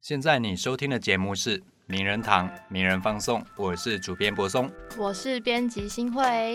现在你收听的节目是名人堂名人放送，我是主编柏松， 我是编辑新慧。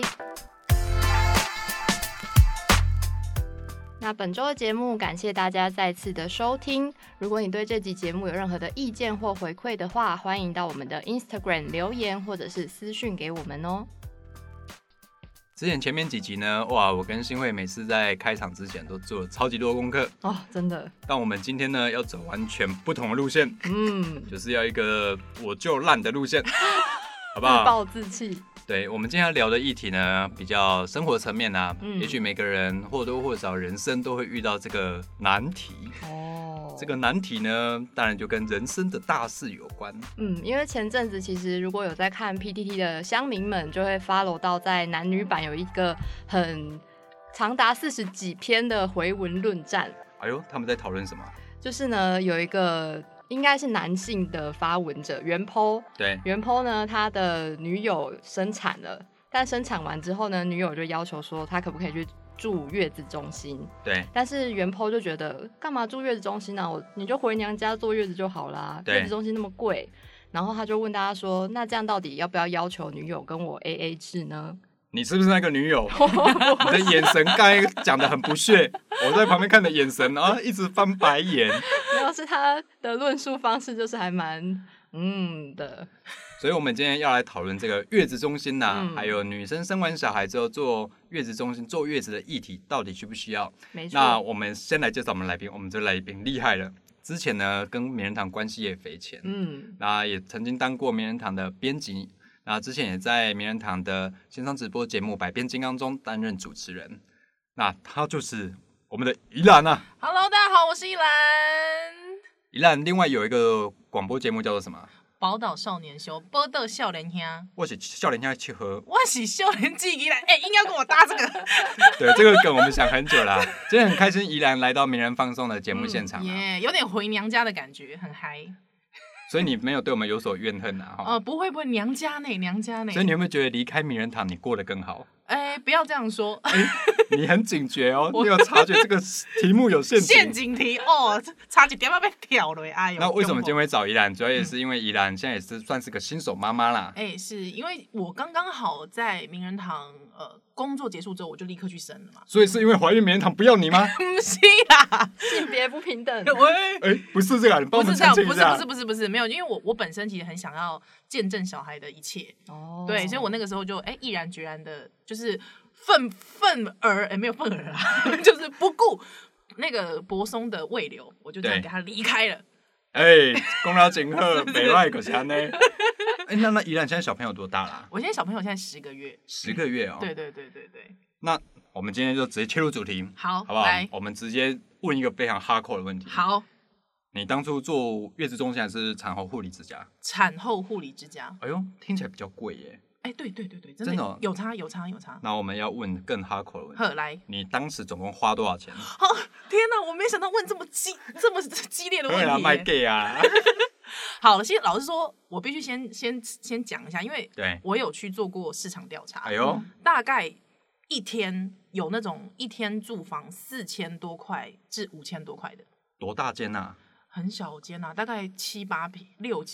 那本周的节目感谢大家再次的收听，如果你对这集节目有任何的意见或回馈的话，欢迎到我们的 Instagram 留言或者是私讯给我们哦。 之前前面几集呢，哇，我跟新慧每次在开场之前都做了超级多功课哦，真的。 但我们今天呢，要走完全不同的路线，就是要一个我就烂的路线，好不好？ 自暴自弃。 对，我们今天要聊的议题呢，比较生活层面啊，也许每个人或多或少人生都会遇到这个难题。这个难题呢，当然就跟人生的大事有关。 因为前阵子其实如果有在看 PTT 的乡民们，就会 follow 到在男女版有一个很长达40几篇的回文论战。 哎呦，他们在讨论什么？ 就是呢，有一个应该是男性的发文者袁po， 对， 袁po呢，他的女友生产了，但生产完之后呢，女友就要求说他可不可以去住月子中心。 对， 但是袁po就觉得干嘛住月子中心啊？你就回娘家坐月子就好啦，月子中心那么贵。然后他就问大家说，那这样到底要不要要求女友跟我 AA 制呢？ 你是不是那个女友？你的眼神刚才讲得很不屑，我在旁边看的眼神，然后一直翻白眼。 然后是他的论述方式就是还蛮的。 所以我们今天要来讨论这个月子中心还有女生生完小孩之后坐月子中心坐月子的议题到底需不需要？ 没错。 那我们先来介绍我们来宾，我们这来宾厉害了，之前呢跟名人堂关系也匪浅，那也曾经当过名人堂的编辑。那之前也在名人堂的线上直播节目《百变金刚》中担任主持人，那他就是我们的宜兰啊。 Hello， 大家好，我是宜兰。 宜兰另外有一个广播节目叫做什么？ 宝岛少年秀，宝岛少年兄。 我是少年兄去喝， 我是少年纪宜兰。硬要跟我搭这个。 对，这个梗我们想很久啦。今天很开心，宜兰来到名人放送的节目现场有点回娘家的感觉，很嗨。 所以你没有对我们有所怨恨啊？ 不会，娘家内。 所以你有没有觉得离开名人堂你过得更好？ 不要这样说。 你很警觉哦，你有察觉这个题目有陷阱。 陷阱题哦，差一点要被跳了。哎呦！ 那为什么今天会找宜兰？主要也是因为宜兰现在也是算是个新手妈妈啦。 是因为我刚刚好在名人堂工作结束之后，我就立刻去生了嘛。 所以是因为怀孕名人堂不要你吗？ 不是啦， 性别不平等。 不是这个，你帮我们澄清一下。 不是，没有，因为我本身其实很想要见证小孩的一切。对，所以我那个时候就毅然决然的，就是愤而没有愤而啦，就是不顾那个柏松的未留，我就这样给他离开了。 功劳尽贺，没赖可强呢。那宜兰现在小朋友多大啦？ 我现在小朋友现在10个月。 10个月哦。 对。 那我们今天就直接切入主题， 好不好？ 来， 我们直接问一个非常 hardcore 的问题。 好。 你当初做月子中心还是产后护理之家？ 产后护理之家。 哎呦，听起来比较贵耶。 对， 真的有差。 那我们要问更 hardcore 的问题。 来， 你当时总共花多少钱？ 天哪，我没想到问这么激烈的问题。 对啊，卖 gay 啊。 好了，其实老实说，我必须先讲一下，因为我有去做过市场调查。 哎呦， 大概一天有那种一天住房4000多块至5000多块的。多大间啊？ 很小间啊，大概7、8平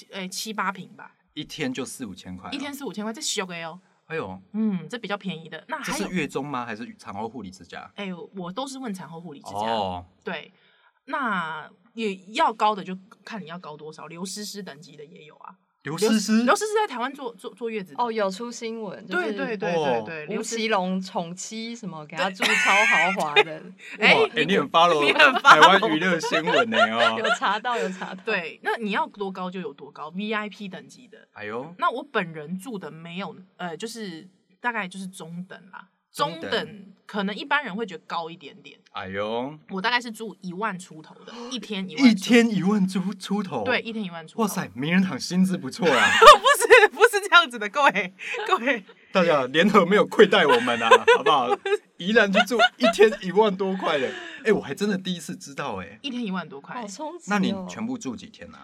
，7、8平吧。 一天就4、5千块。 一天4、5千块，这小的哦。 哎呦， 这比较便宜的。那还有这是月中吗？还是产后护理之家？ 我都是问产后护理之家。对，那也要高的就看你要高多少，刘诗诗等级的也有啊。 刘诗诗在台湾坐月子有出新闻， 对， 吴奇隆宠妻什么给他住超豪华的。 你很 follow 台湾娱乐新闻呢哦。 有查到。 对，那你要多高就有多高 ，VIP 等级的。 哎呦， 那我本人住的没有，就是大概就是中等啦。中等可能一般人会觉得高一点点。 哎呦， 我大概是住1万出头的，一天 1万出头。 对，一天1万出头。 哇塞，名人堂薪资不错啊。 不是这样子的，各位， 大家联合没有亏待我们啊，好不好？宜兰去住一天1万多块的，我还真的第一次知道。 一天1万多块， 好冲击哦。 那你全部住几天啊？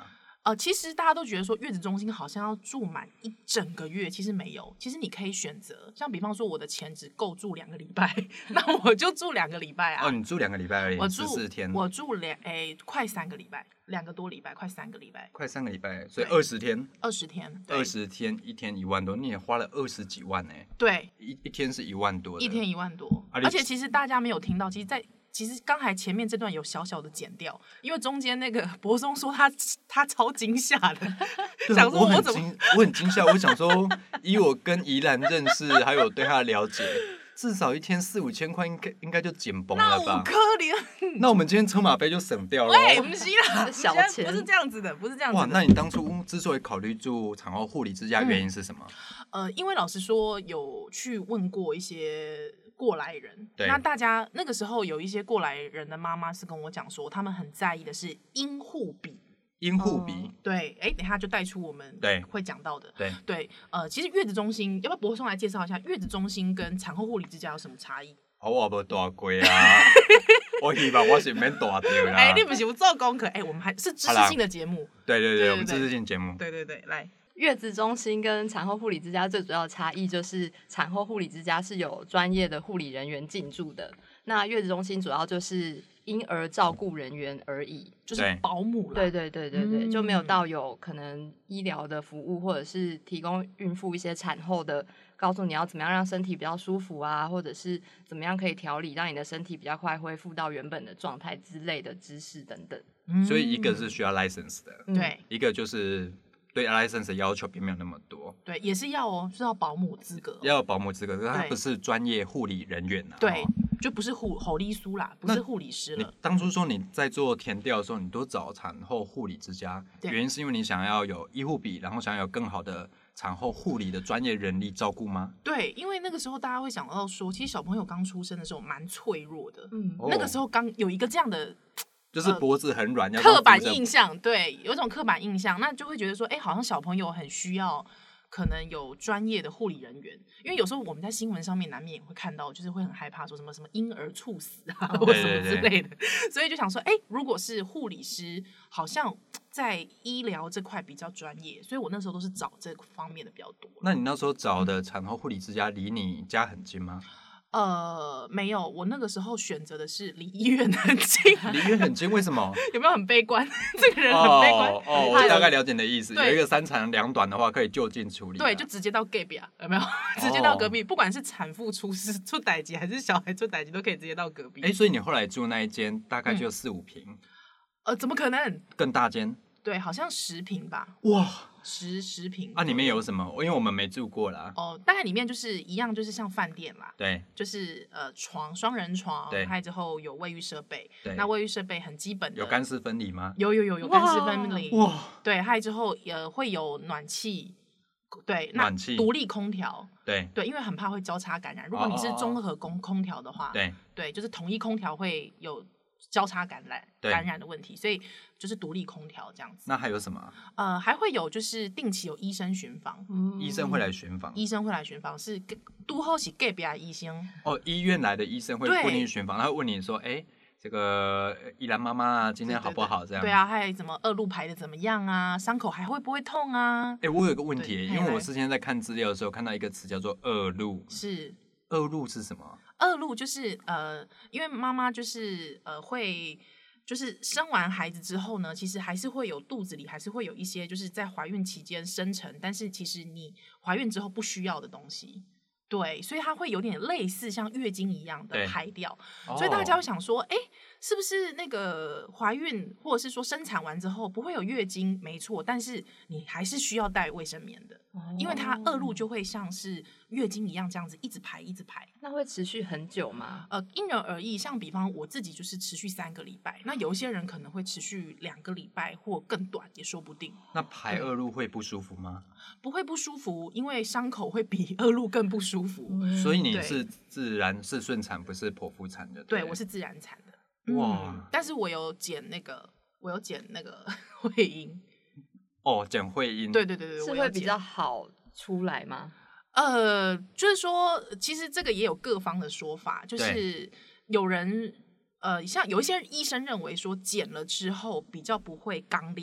其实大家都觉得说月子中心好像要住满1整个月，其实没有，其实你可以选择，像比方说我的钱只够住2个礼拜，那我就住2个礼拜啊。 哦，你住2个礼拜而已， 我住 14天， 我住快3个礼拜，2个多礼拜，快3个礼拜， 快3个礼拜，所以20天 ，20天 ，20天一天1万多，你也花了20几万哎。 对， 一天是1万多的， 一天1万多，而且其实大家没有听到，其实刚才前面这段有小小的剪掉，因为中间那个柏松说他超惊吓的，想说我很惊吓，我想说以我跟宜兰认识，还有对他的了解，至少一天4、5千块应该就紧绷了吧？ 那可怜， 那我们今天车马费就省掉了。 喂，不是啦， 小钱不是这样子的，不是这样子的。 哇，那你当初之所以考虑住产后护理之家，原因是什么？ 因为老实说，有去问过一些过来人，那大家那个时候有一些过来人的妈妈是跟我讲说，他们很在意的是阴护比。 阴护比， 对，等一下就带出我们会讲到的，对，其实月子中心，要不要柏松来介绍一下月子中心跟产后护理之家有什么差异？ 我没大过啊，我希望我是免大掉啦。 你不是有做功课？我们还是知识性的节目， 对，我们知识性节目， 对，来。 月子中心跟产后护理之家最主要的差异就是产后护理之家是有专业的护理人员进驻的，那月子中心主要就是婴儿照顾人员而已， 就是保姆啦。 对，就没有到有可能医疗的服务，或者是提供孕妇一些产后的，告诉你要怎么样让身体比较舒服啊，或者是怎么样可以调理让你的身体比较快恢复到原本的状态之类的知识等等。 所以一个是需要 license 的， 对， 一个就是对 license 的要求并没有那么多， 对，也是要是要保姆资格， 要有保姆资格，可是他不是专业护理人员啊， 对，就不是护理师啦，不是护理师了。 你当初说你在做田调的时候，你都找产后护理之家，原因是因为你想要有医护比，然后想要有更好的产后护理的专业人力照顾吗？ 对，因为那个时候大家会想到说，其实小朋友刚出生的时候蛮脆弱的，那个时候刚有一个这样的。 就是脖子很软， 刻板印象，对，有一种刻板印象，那就会觉得说，好像小朋友很需要可能有专业的护理人员，因为有时候我们在新闻上面难免也会看到，就是会很害怕说什么婴儿猝死啊，或什么之类的，所以就想说，如果是护理师，好像在医疗这块比较专业，所以我那时候都是找这方面的比较多。 那你那时候找的产后护理之家离你家很近吗？ 没有，我那个时候选择的是离医院很近。 离医院很近，为什么？ 有没有很悲观？这个人很悲观。 我大概了解你的意思。有一个3长2短的话，可以就近处理。 对，就直接到隔壁啊，有没有？直接到隔壁，不管是产妇出代志，还是小孩出代志，都可以直接到隔壁。 所以你后来住那一间大概就4、5坪。 怎么可能？ 更大间？ 对，好像10坪吧。 哇 ，10坪啊！里面有什么？因为我们没住过啦。 大概里面就是一样，就是像饭店啦。 对， 就是床双人床，还之后有卫浴设备。 对， 那卫浴设备很基本的。 有干湿分离吗？ 有干湿分离。 哇！ 对，还之后会有暖气。对， 暖气、 独立空调。 对， 因为很怕会交叉感染。如果你是综合空调的话，对，就是统一空调会有交叉感染的问题，所以就是独立空调这样子。 那还有什么？ 还会有就是定期有医生巡访， 医生会来巡访。 医生会来巡访是都好是隔壁的医生。 医院来的医生会固定巡访，他会问你说，这个依兰妈妈今天好不好？这样。 对啊，还有怎么2路排的怎么样啊？伤口还会不会痛啊？ 我有一个问题，因为我之前在看资料的时候看到一个词叫做2路， 是 2路是什么 ？2路就是因为妈妈就是会。就是生完孩子之后呢，其实还是会有肚子里还是会有一些就是在怀孕期间生成，但是其实你怀孕之后不需要的东西，对，所以它会有点类似像月经一样的排掉，所以大家会想说，是不是那个怀孕或者是说生产完之后不会有月经？没错，但是你还是需要带卫生棉的，因为它2路就会像是月经一样这样子一直排。 那会持续很久吗？ 因人而异，像比方我自己就是持续3个礼拜，那有一些人可能会持续2个礼拜或更短也说不定。 那排2路会不舒服吗？ 不会不舒服，因为伤口会比2路更不舒服。 所以你是自然是顺产，不是剖腹产的？ 对，我是自然产的。 哇！ 但是我有剪那个会阴。 剪会阴。 对， 是会比较好出来吗？ 就是说，其实这个也有各方的说法，就是有人像有一些医生认为说剪了之后比较不会肛裂。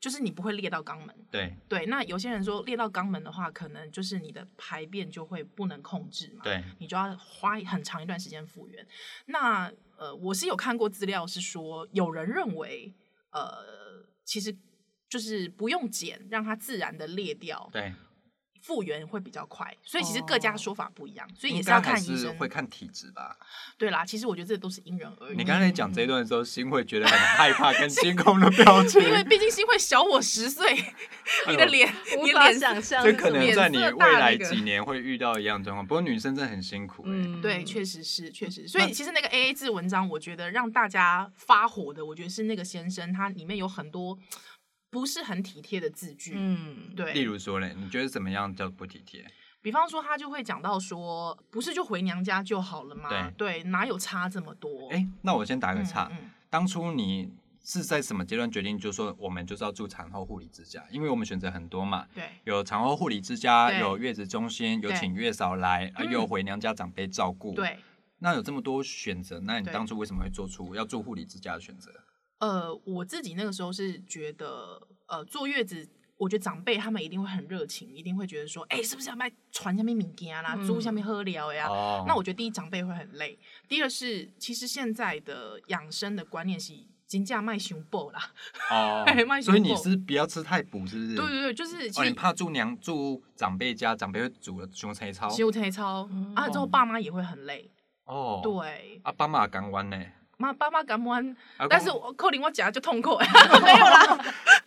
就是你不会裂到肛门。对，那有些人说裂到肛门的话，可能就是你的排便就会不能控制嘛， 对， 你就要花很长一段时间复原。那我是有看过资料是说，有人认为其实就是不用剪，让它自然的裂掉， 对， 复原会比较快，所以其实各家说法不一样，所以也是要看医生， 会看体质吧。 对啦，其实我觉得这都是因人而异。 你刚才讲这一段的时候，心会觉得很害怕，跟惊恐的表情， 因为毕竟心会小我10岁，你的脸无法想象， 这可能在你未来几年会遇到一样状况。不过女生真的很辛苦， 对，确实是。所以其实那个 AA 制文章，我觉得让大家发火的，我觉得是那个先生，他里面有很多不是很体贴的字句，对。 例如说嘞，你觉得怎么样叫不体贴？ 比方说，他就会讲到说，不是就回娘家就好了吗？对，哪有差这么多？ 那我先打个岔，当初你是在什么阶段决定，就是说我们就是要住产后护理之家？因为我们选择很多嘛， 对， 有产后护理之家，有月子中心，有请月嫂来，又有回娘家长辈照顾， 对。 那有这么多选择，那你当初为什么会做出要住护理之家的选择？ 我自己那个时候是觉得，坐月子，我觉得长辈他们一定会很热情，一定会觉得说，是不是要卖传下面物件啦，租下面喝聊呀？那我觉得第一长辈会很累，第二是其实现在的养生的观念是金价卖熊爆啦， 所以你是不要吃太补，是不是？ 对，就是你怕住长辈家，长辈会煮熊菜超， 之后爸妈也会很累。对， 爸妈甘愿呢？ 爸妈甘愿，但是可能我吃就痛苦，没有啦。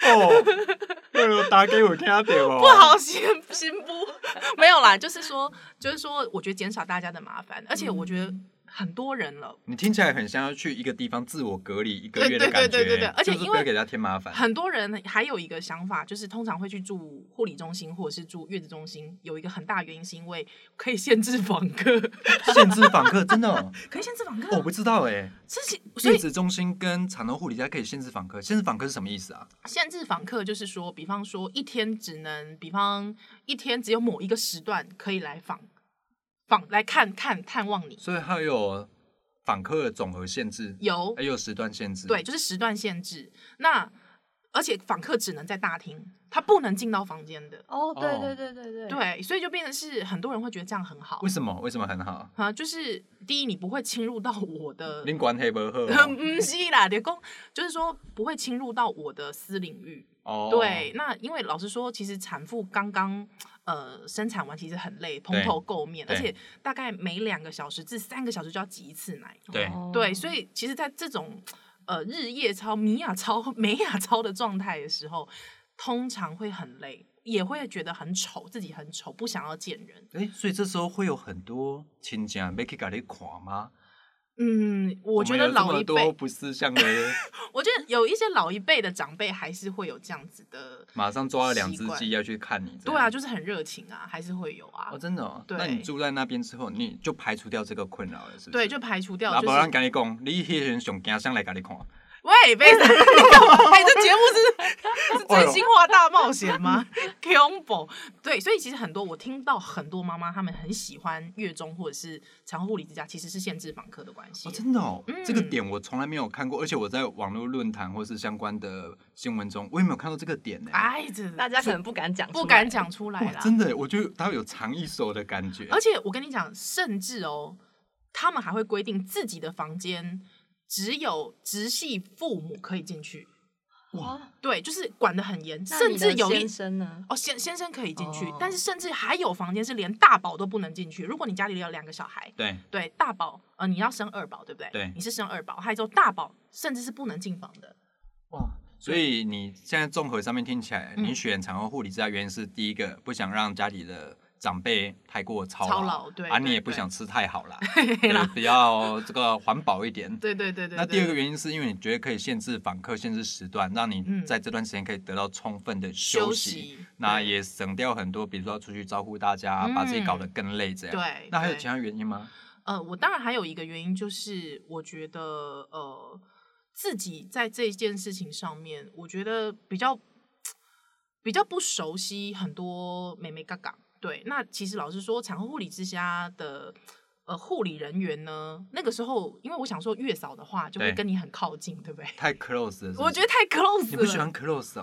打给我听到不好心不，没有啦，就是说，我觉得减少大家的麻烦，而且我觉得很多人了， 你听起来很像要去一个地方自我隔离1个月的感觉， 对，而且因为给他添麻烦。 很多人还有一个想法，就是通常会去住护理中心或者是住月子中心，有一个很大的原因是因为可以限制访客。 限制访客真的可以限制访客？ 我不知道月子中心跟产后护理家可以限制访客，限制访客是什么意思啊？ 限制访客就是说，比方说一天只有某一个时段可以来来探望你， 所以它有访客的总额限制，还有时段限制。 对，就是时段限制。那而且访客只能在大厅，他不能进到房间的。对，所以就变成是很多人会觉得这样很好。 为什么很好？ 就是第一，你不会侵入到我的， 您关系不好， 不是啦，就是说不会侵入到我的私领域。对，那因为老实说，其实产妇刚刚生产完其实很累，蓬头垢面，而且大概每2个小时至3个小时就要挤一次奶。对，所以其实，在这种日夜操、米亚操、美亚操的状态的时候，通常会很累，也会觉得很丑，自己很丑，不想要见人。 所以这时候会有很多亲戚要去给你看吗？ 我觉得老一辈不是像的， 我觉得有一些老一辈的长辈还是会有这样子的， 马上抓了2只鸡要去看你。 对啊，就是很热情啊，还是会有啊。 真的对。 那你住在那边之后，你就排除掉这个困扰了，是不是？ 对，就排除掉。 不然跟你讲，你迄阵上惊上来给你看。 喂，别这节目是真心话大冒险吗？恐怖。对，所以其实我听到很多妈妈她们很喜欢月中或者是产后护理之家，其实是限制访客的关系。 真的这个点我从来没有看过，而且我在网络论坛或是相关的新闻中，我也没有看到这个点呢。 大家可能不敢讲出来啦。 真的，我觉得它有藏一手的感觉。 而且我跟你讲，甚至他们还会规定自己的房间只有直系父母可以进去。哇，对，就是管得很严，甚至有先生呢？ 先生可以进去，但是甚至还有房间是连大宝都不能进去。如果你家里有2个小孩，对，大宝你要生2宝，对不对？ 对， 你是生2宝，还有之后大宝甚至是不能进房的。 哇，所以你现在综合上面听起来，你选产后护理之家原因是第一个不想让家里的长辈太过操劳， 对， 你也不想吃太好啦，比较这个环保一点。 对。 那第二个原因是因为你觉得可以限制访客、限制时段，让你在这段时间可以得到充分的休息，那也省掉很多，比如说要出去招呼大家，把自己搞得更累这样。 对。 那还有其他原因吗？ 我当然还有一个原因就是我觉得自己在这件事情上面，我觉得比较不熟悉很多眉眉角角。对，那其实老实说，产后护理之家的护理人员呢，那个时候，因为我想说月嫂的话，就会跟你很靠近，对不对？ 太 close 了是不是？ 我觉得太 close 了。 你不喜欢 close 哦？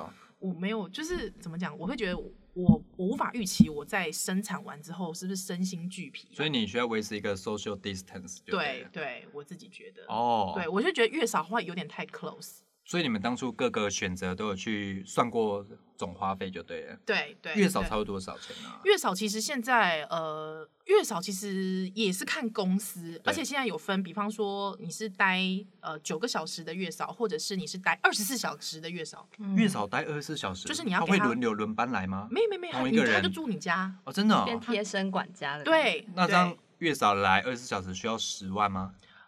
没有，就是怎么讲，我会觉得我无法预期我在生产完之后是不是身心俱疲， 所以你需要维持一个 social distance 就对。 对，我自己觉得对， 我就觉得月嫂会有点太 close。 所以你们当初各个选择都有去算过总花费就对了。 对， 月嫂差不多多少钱啊？ 月嫂其实现在月嫂其实也是看公司，而且现在有分，比方说你是待9个小时的月嫂，或者是你是待24小时的月嫂。 月嫂待24小时， 就是你要他会轮班来吗？ 没有， 同一个人他就住你家哦，真的变贴身管家的。 对， 那这样月嫂来24小时需要10万吗？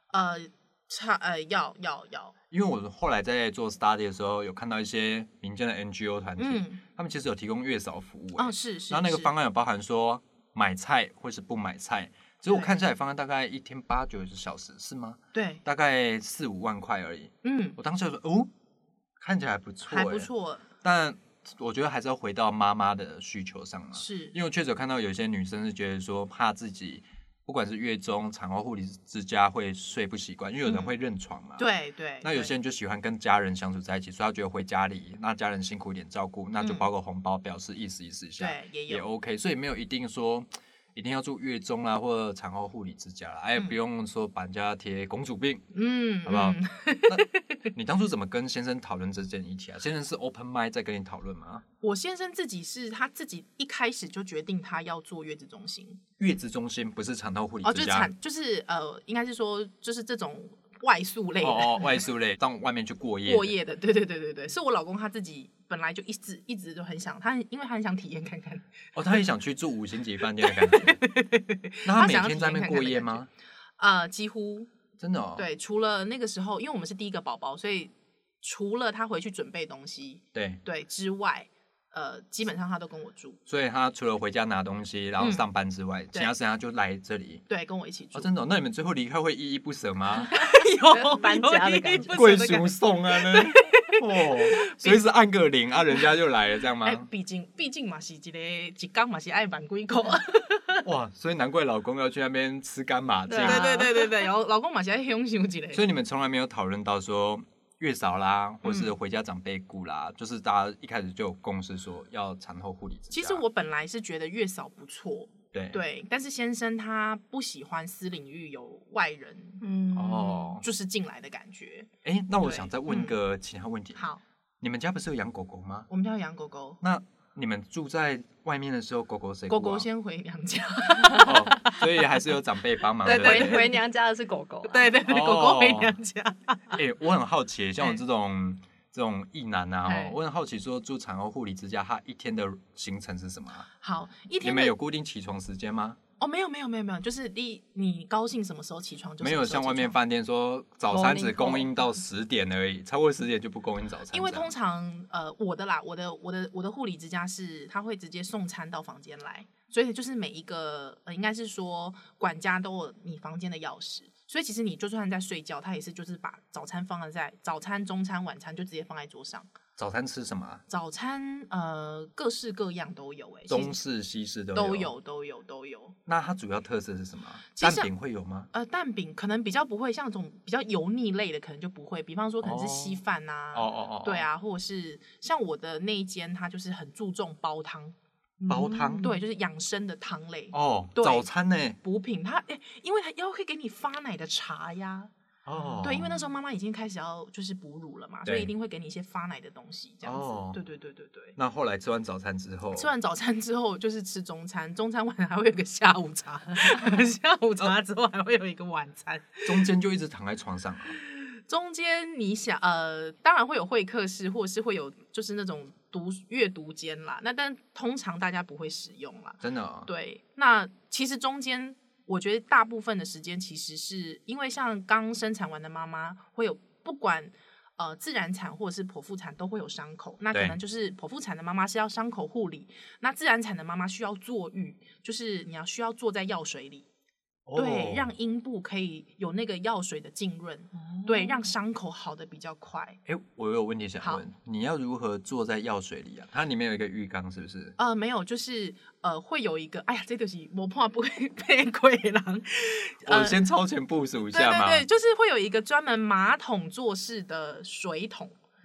要。 因为我后来在做 study 的时候，有看到一些民间的 NGO 团体，他们其实有提供月嫂服务。 是。 然后那个方案有包含说买菜或是不买菜，其实我看下来方案大概一天8-9小时是吗？ 对， 大概4-5万块而已。我当时就说看起来不错， 还不错。 但我觉得还是要回到妈妈的需求上嘛， 是因为我确实有看到有些女生是觉得说怕自己。不管是月中、产后护理之家会睡不习惯，因为有人会认床嘛。 对。 那有些人就喜欢跟家人相处在一起，所以他觉得回家里，那家人辛苦一点照顾，那就包个红包表示意思一下，也 OK。所以没有一定说一定要住月中啦，或者产后护理之家啦，不用说把人家贴公主病，好不好？那你当初怎么跟先生讨论这件议题啊？先生是 open mind 在跟你讨论吗？ 我先生他自己一开始就决定他要做月子中心。 月子中心不是产后护理之家， 就是应该是说就是这种外宿类的外宿类到外面去过夜的，对，是我老公他自己本来就一直就很想因为他很想体验看看。 他也想去住5星级饭店的感觉。那他每天在那边过夜吗？ 几乎真的对，除了那个时候，因为我们是第一个宝宝，所以除了他回去准备东西对之外，基本上他都跟我住。 所以他除了回家拿东西然后上班之外，其他时间他就来这里， 对，跟我一起住。 真的那你们最后离开会依依不舍吗？ 有搬家的感觉， 贵叔送啊呢。随时按个铃人家就来了，这样吗？ 毕竟嘛是一天嘛是爱办几口。 哇，所以难怪老公要去那边吃干麻酱。 对，然后老公嘛是爱享受一下。 所以你们从来没有讨论到说月嫂啦，或是回家长辈顾啦，就是大家一开始就有共识说要产后护理之家。 其实我本来是觉得月嫂不错，对，但是先生他不喜欢私领域有外人，就是进来的感觉。 那我想再问一个其他问题。 好， 你们家不是有养狗狗吗？ 我们家有养狗狗。 那你们住在外面的时候，狗狗谁顾啊？ 狗狗先回娘家， 所以还是有长辈帮忙。 对，回娘家的是狗狗。 对，狗狗回娘家。 我很好奇，像我这种异男啊，我很好奇说住产后护理之家，他一天的行程是什么？ 好，一天你们有固定起床时间吗？ 没有，就是你高兴什么时候起床就什么时候起床。 没有像外面饭店说早餐只供应到10点而已，超过10点就不供应早餐。 因为通常我的护理之家是他会直接送餐到房间来，所以就是每一个应该是说管家都有你房间的钥匙，所以其实你就算在睡觉，他也是就是把早餐放在早餐、中餐、晚餐就直接放在桌上。 早餐吃什么啊？ 早餐各式各样都有中式、西式都有。 那它主要特色是什么？蛋饼会有吗？ 蛋饼可能比较不会，像这种比较油腻类的可能就不会，比方说可能是稀饭啊，对啊，或者是像我的那一间，它就是很注重煲汤。 煲汤， 对，就是养生的汤类。 早餐呢？ 补品，因为它会给你发奶的茶呀。对，因为那时候妈妈已经开始要就是哺乳了嘛，所以一定会给你一些发奶的东西，这样子。对。 那后来吃完早餐之后就是吃中餐，中餐完还会有个下午茶，下午茶之后还会有一个晚餐。 中间就一直躺在床上啊？ 中间你想当然会有会客室，或者是会有就是那种阅读间啦，但通常大家不会使用啦。 真的对，那其实中间我觉得大部分的时间其实是因为像刚生产完的妈妈会有不管自然产或者是剖腹产都会有伤口，那可能就是剖腹产的妈妈是要伤口护理，那自然产的妈妈需要坐浴，就是你需要坐在药水里。对，让阴部可以有那个药水的浸润，对，让伤口好的比较快。 我有问题想问，你要如何坐在药水里啊？它里面有一个浴缸是不是？没有，就是会有一个，哎呀，这就是我怕不会被鬼狼。 我先超前部署一下嘛。 对，就是会有一个专门马桶坐式的水桶。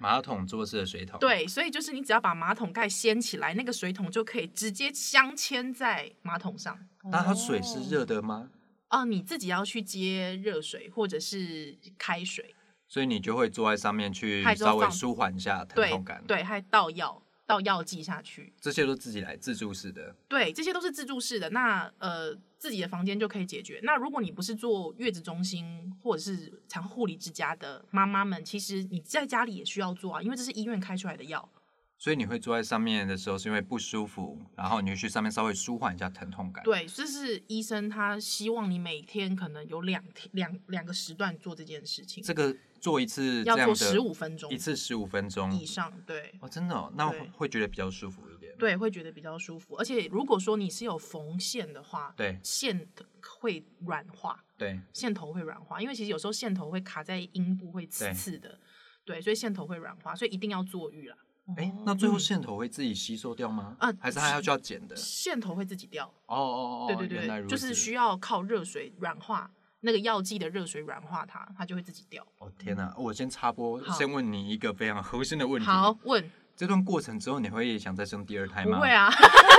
马桶坐式的水桶。 对，所以就是你只要把马桶盖掀起来，那个水桶就可以直接镶嵌在马桶上。 那它水是热的吗？ 你自己要去接热水或者是开水， 所以你就会坐在上面去稍微舒缓一下疼痛感。 对，还倒药剂下去， 这些都自己来自助式的。 对，这些都是自助式的。那自己的房间就可以解决。那如果你不是做月子中心或者是产后护理之家的妈妈们，其实你在家里也需要做啊，因为这是医院开出来的药。 所以你会坐在上面的时候是因为不舒服，然后你会去上面稍微舒缓一下疼痛感。 对，这是医生他希望你每天可能有两个时段做这件事情。 这个做一次要做15分钟， 一次15分钟以上。对， 真的那会觉得比较舒服一点。 对，会觉得比较舒服。而且如果说你是有缝线的话， 对，线会软化。 对， 线头会软化，因为其实有时候线头会卡在阴部，会刺刺的。对，所以线头会软化，所以一定要坐浴啦。 那最后线头会自己吸收掉吗？还是还要剪的？ 线头会自己掉。 对， 就是需要靠热水软化那个药剂的热水软化它就会自己掉。 天哪！我先插播，先问你一个非常核心的问题。 好，问。 这段过程之后，你会想再生第二胎吗？ 不会啊。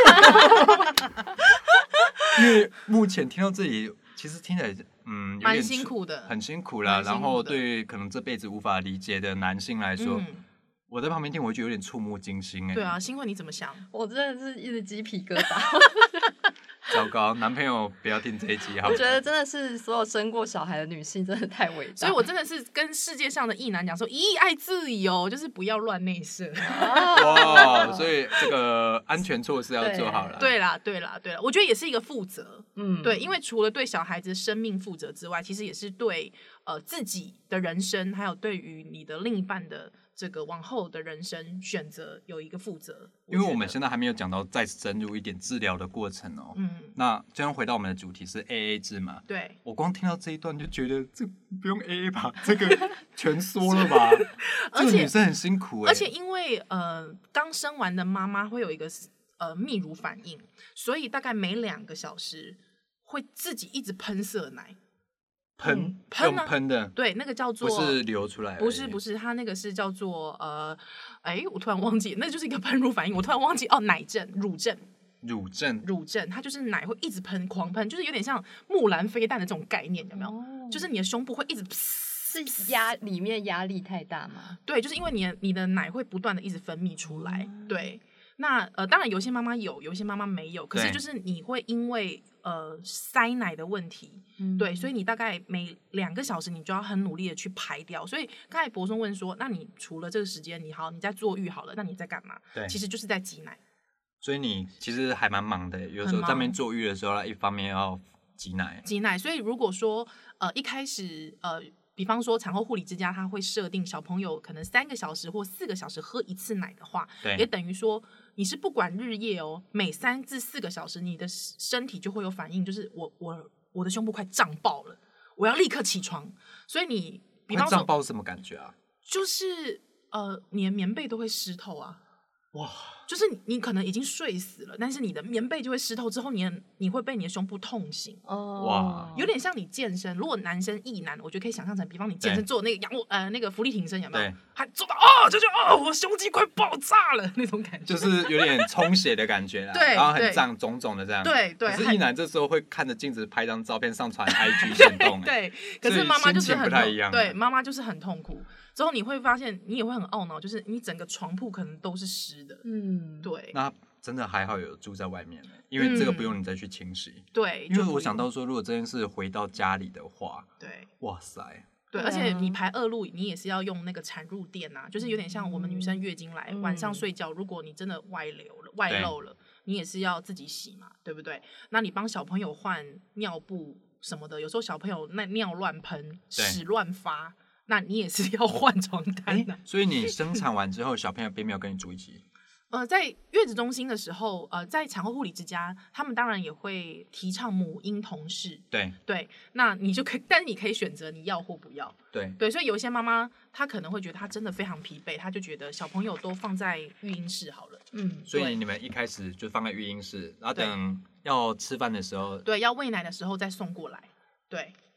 因为目前听到这里，其实听起来蛮辛苦的， 很辛苦啦。然后对于可能这辈子无法理解的男性来说，我在旁边听，我会觉得有点触目惊心。 对啊，欣慧你怎么想？ 我真的是一直鸡皮疙瘩。 糟糕，男朋友不要听这一集好。 我觉得真的是所有生过小孩的女性真的太伟大， 所以我真的是跟世界上的异男讲说，爱自由，就是不要乱内射。 哇，所以这个安全措施要做好了。 对啦，我觉得也是一个负责。对，因为除了对小孩子生命负责之外，其实也是对自己的人生，还有对于你的另一半的这个往后的人生选择有一个负责。 因为我们现在还没有讲到再深入一点治疗的过程哦。那这样回到我们的主题是 AA 制嘛？ 对， 我光听到这一段就觉得这不用 AA 吧，这个全缩了吧？这个女生很辛苦而且因为刚生完的妈妈会有一个泌乳反应，所以大概每2个小时会自己一直喷色奶。 用喷的， 对，那个叫做不是流出来， 不是，它那个是叫做我突然忘记，那就是一个喷乳反应，我突然忘记奶症、乳症，它就是奶会一直喷，狂喷，就是有点像木兰飞弹的这种概念，有没有？就是你的胸部会一直是里面压力太大吗？ 对，就是因为你的奶会不断的一直分泌出来，对。那当然有些妈妈有些妈妈没有，可是就是你会因为塞奶的问题，对，所以你大概每2个小时你就要很努力的去排掉。所以刚才柏松问说，那你除了这个时间，你在坐浴好了，那你在干嘛？ 对， 其实就是在挤奶。 所以你其实还蛮忙的，有时候在那边坐浴的时候，一方面要挤奶。所以如果说一开始比方说产后护理之家，他会设定小朋友可能3个小时或4个小时喝一次奶的话，也等于说你是不管日夜每3至4个小时你的身体就会有反应，就是我的胸部快胀爆了，我要立刻起床。所以你比方说胀爆是什么感觉啊？ 就是你的棉被都会湿透啊。 哇！ 就是你可能已经睡死了，但是你的棉被就会湿透，之后你会被你的胸部痛醒。 哇！ 有点像你健身，如果男生异男，我觉得可以想象成，比方你健身做那个那个浮力挺身，有没有？还做到就我胸肌快爆炸了那种感觉， 就是有点充血的感觉啦。 对， 然后很胀肿肿的这样。 对。 可是异男这时候会看着镜子拍张照片上传 IG 限动。 对，可是妈妈就是不太一样。 对，妈妈就是很痛苦。之后你会发现，你也会很懊恼，就是你整个床铺可能都是湿的。对。 那真的还好有住在外面，因为这个不用你再去清洗。 对， 因为我想到说，如果这件事回到家里的话， 对， 哇塞， 对，而且你排2路，你也是要用那个产褥垫啊，就是有点像我们女生月经来晚上睡觉，如果你真的外漏了，你也是要自己洗嘛，对不对？那你帮小朋友换尿布什么的，有时候小朋友那尿乱喷、屎乱发。那你也是要换床单的。 所以你生产完之后，小朋友并没有跟你住一起？ 在月子中心的时候，在产后护理之家，他们当然也会提倡母婴同室。对，那你就可以，但是你可以选择你要或不要。对，所以有一些妈妈她可能会觉得她真的非常疲惫，她就觉得小朋友都放在育婴室好了。 所以你们一开始就放在育婴室，然后等要吃饭的时候， 对，要喂奶的时候再送过来。对。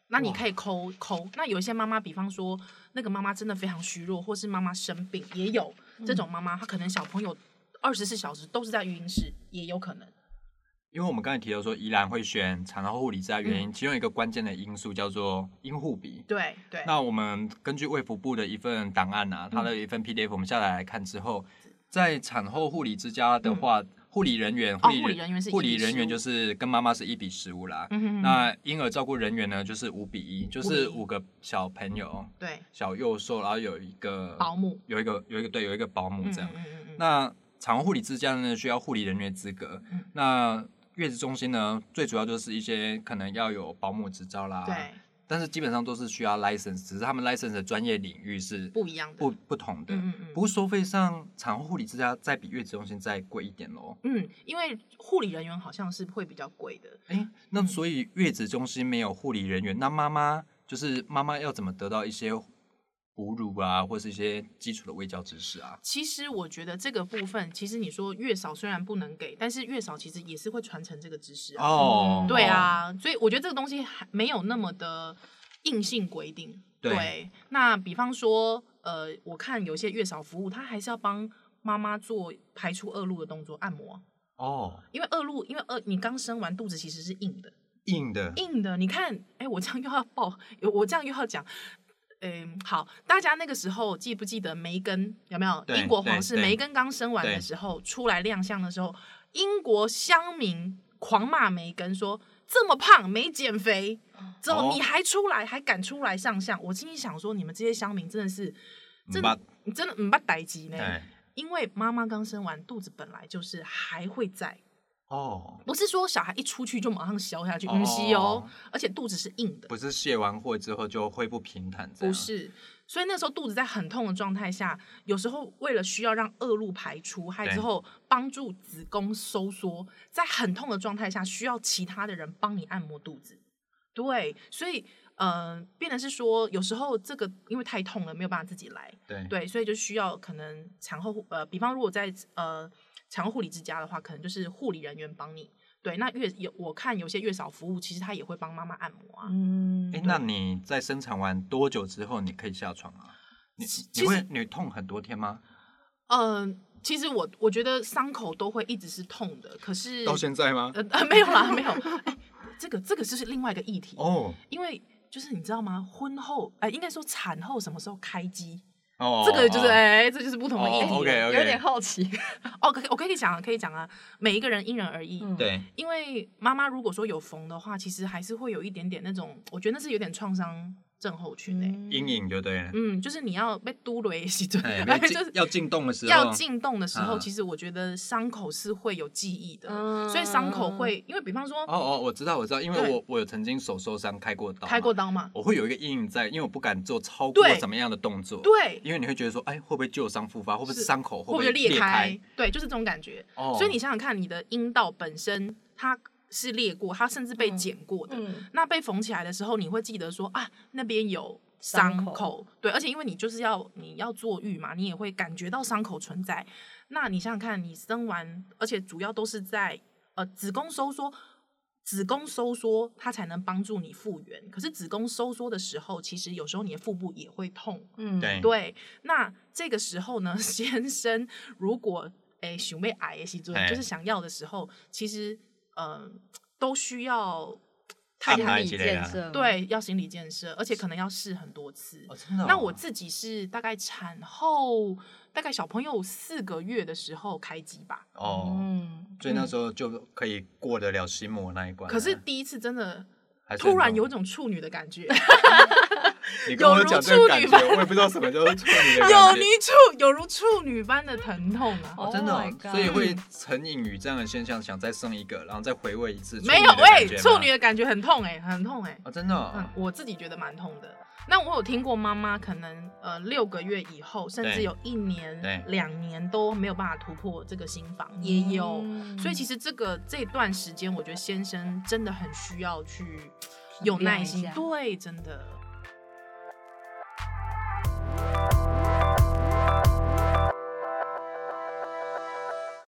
那你可以抠。那有一些妈妈，比方说那个妈妈真的非常虚弱，或是妈妈生病，也有这种妈妈，她可能小朋友24小时都是在育婴室，也有可能。 因为我们刚才提到说宜兰会选产后护理之家原因，其中一个关键的因素叫做婴护比。 对。 那我们根据卫福部的一份档案啊，它的一份 PDF，我们下来看之后，在产后护理之家的话，护理人员就是跟妈妈是1:15啦。那婴儿照顾人员呢，就是5:1，就是5个小朋友， 对， 小幼兽，然后有一个保姆， 有一个保姆这样。那产后护理之家呢，需要护理人员资格。那月子中心呢，最主要就是一些可能要有保姆执照啦， 对， 但是基本上都是需要 license， 只是他们 license 的专业领域是不一样的， 不同的。不过收费上，产后护理之家再比月子中心再贵一点咯。 因为护理人员好像是会比较贵的。 那所以月子中心没有护理人员，那妈妈要怎么得到一些哺乳啊，或是一些基础的卫教知识啊？ 其实我觉得这个部分，其实你说月嫂虽然不能给，但是月嫂其实也是会传承这个知识啊。对啊，所以我觉得这个东西还没有那么的硬性规定。对，那比方说，我看有些月嫂服务，他还是要帮妈妈做排出恶露的动作，按摩。因为恶露，你刚生完肚子其实是硬的。你看，我这样又要讲。好，大家那个时候记不记得梅根有没有？英国皇室梅根刚生完的时候出来亮相的时候，英国乡民狂骂梅根说这么胖没减肥，之后你还敢出来上相？我心里想说，你们这些乡民真的是真的不捌代志呢。因为妈妈刚生完，肚子本来就是还会在。不是说小孩一出去就马上消下去，不是而且肚子是硬的， 不是卸完货之后就恢复平坦， 不是。所以那时候肚子在很痛的状态下，有时候为了需要让恶露排出，还之后帮助子宫收缩，在很痛的状态下，需要其他的人帮你按摩肚子。对，所以变成是说，有时候这个因为太痛了，没有办法自己来，对，所以就需要可能产后比方如果在产后护理之家的话，可能就是护理人员帮你。对，那我看有些月嫂服务，其实他也会帮妈妈按摩啊。 那你在生产完多久之后你可以下床啊？你痛很多天吗？ 其实我觉得伤口都会一直是痛的，可是到现在吗？ 没有啦，没有。这个就是另外一个议题因为就是你知道吗？婚后应该说产后什么时候开机？这个就是这就是不同的议题。 有点好奇。 我可以讲啊，每一个人因人而异。 对， 因为妈妈如果说有缝的话，其实还是会有一点点那种，我觉得那是有点创伤症候群阴影就对了。 就是你要被嘟了的时候， 就是要进洞的时候， 其实我觉得伤口是会有记忆的，所以伤口会，因为比方说， 我知道，因为我有曾经手受伤开过刀嘛，我会有一个阴影在，因为我不敢做超过怎么样的动作， 对， 因为你会觉得说，会不会旧伤复发，会不会伤口会不会裂开，对，就是这种感觉。所以你想想看，你的阴道本身它是裂过，它甚至被剪过的，那被缝起来的时候，你会记得说那边有伤口，对，而且因为你要做育嘛，你也会感觉到伤口存在。那你想想看，你生完，而且主要都是在子宫收缩它才能帮助你复原。可是子宫收缩的时候，其实有时候你的腹部也会痛。对。那这个时候呢，先生如果想要爱的时候，就是想要的时候，其实都需要心理建设， 对，要心理建设，而且可能要试很多次。 真的那我自己是大概产后大概小朋友4个月的时候开机吧。 所以那时候就可以过得了心魔那一关。 可是第一次真的突然有一种处女的感觉。 你跟我讲这个感觉，我也不知道什么叫做处女的感觉。 有如处女般的疼痛啊！ 真的，所以会成瘾于这样的现象，想再生一个，然后再回味一次。 没有，处女的感觉很痛很痛真的。 我自己觉得蛮痛的。那我有听过妈妈可能6个月以后，甚至有1年、2年都没有办法突破这个心房，也有。所以其实这段时间，我觉得先生真的很需要去有耐心。对，真的。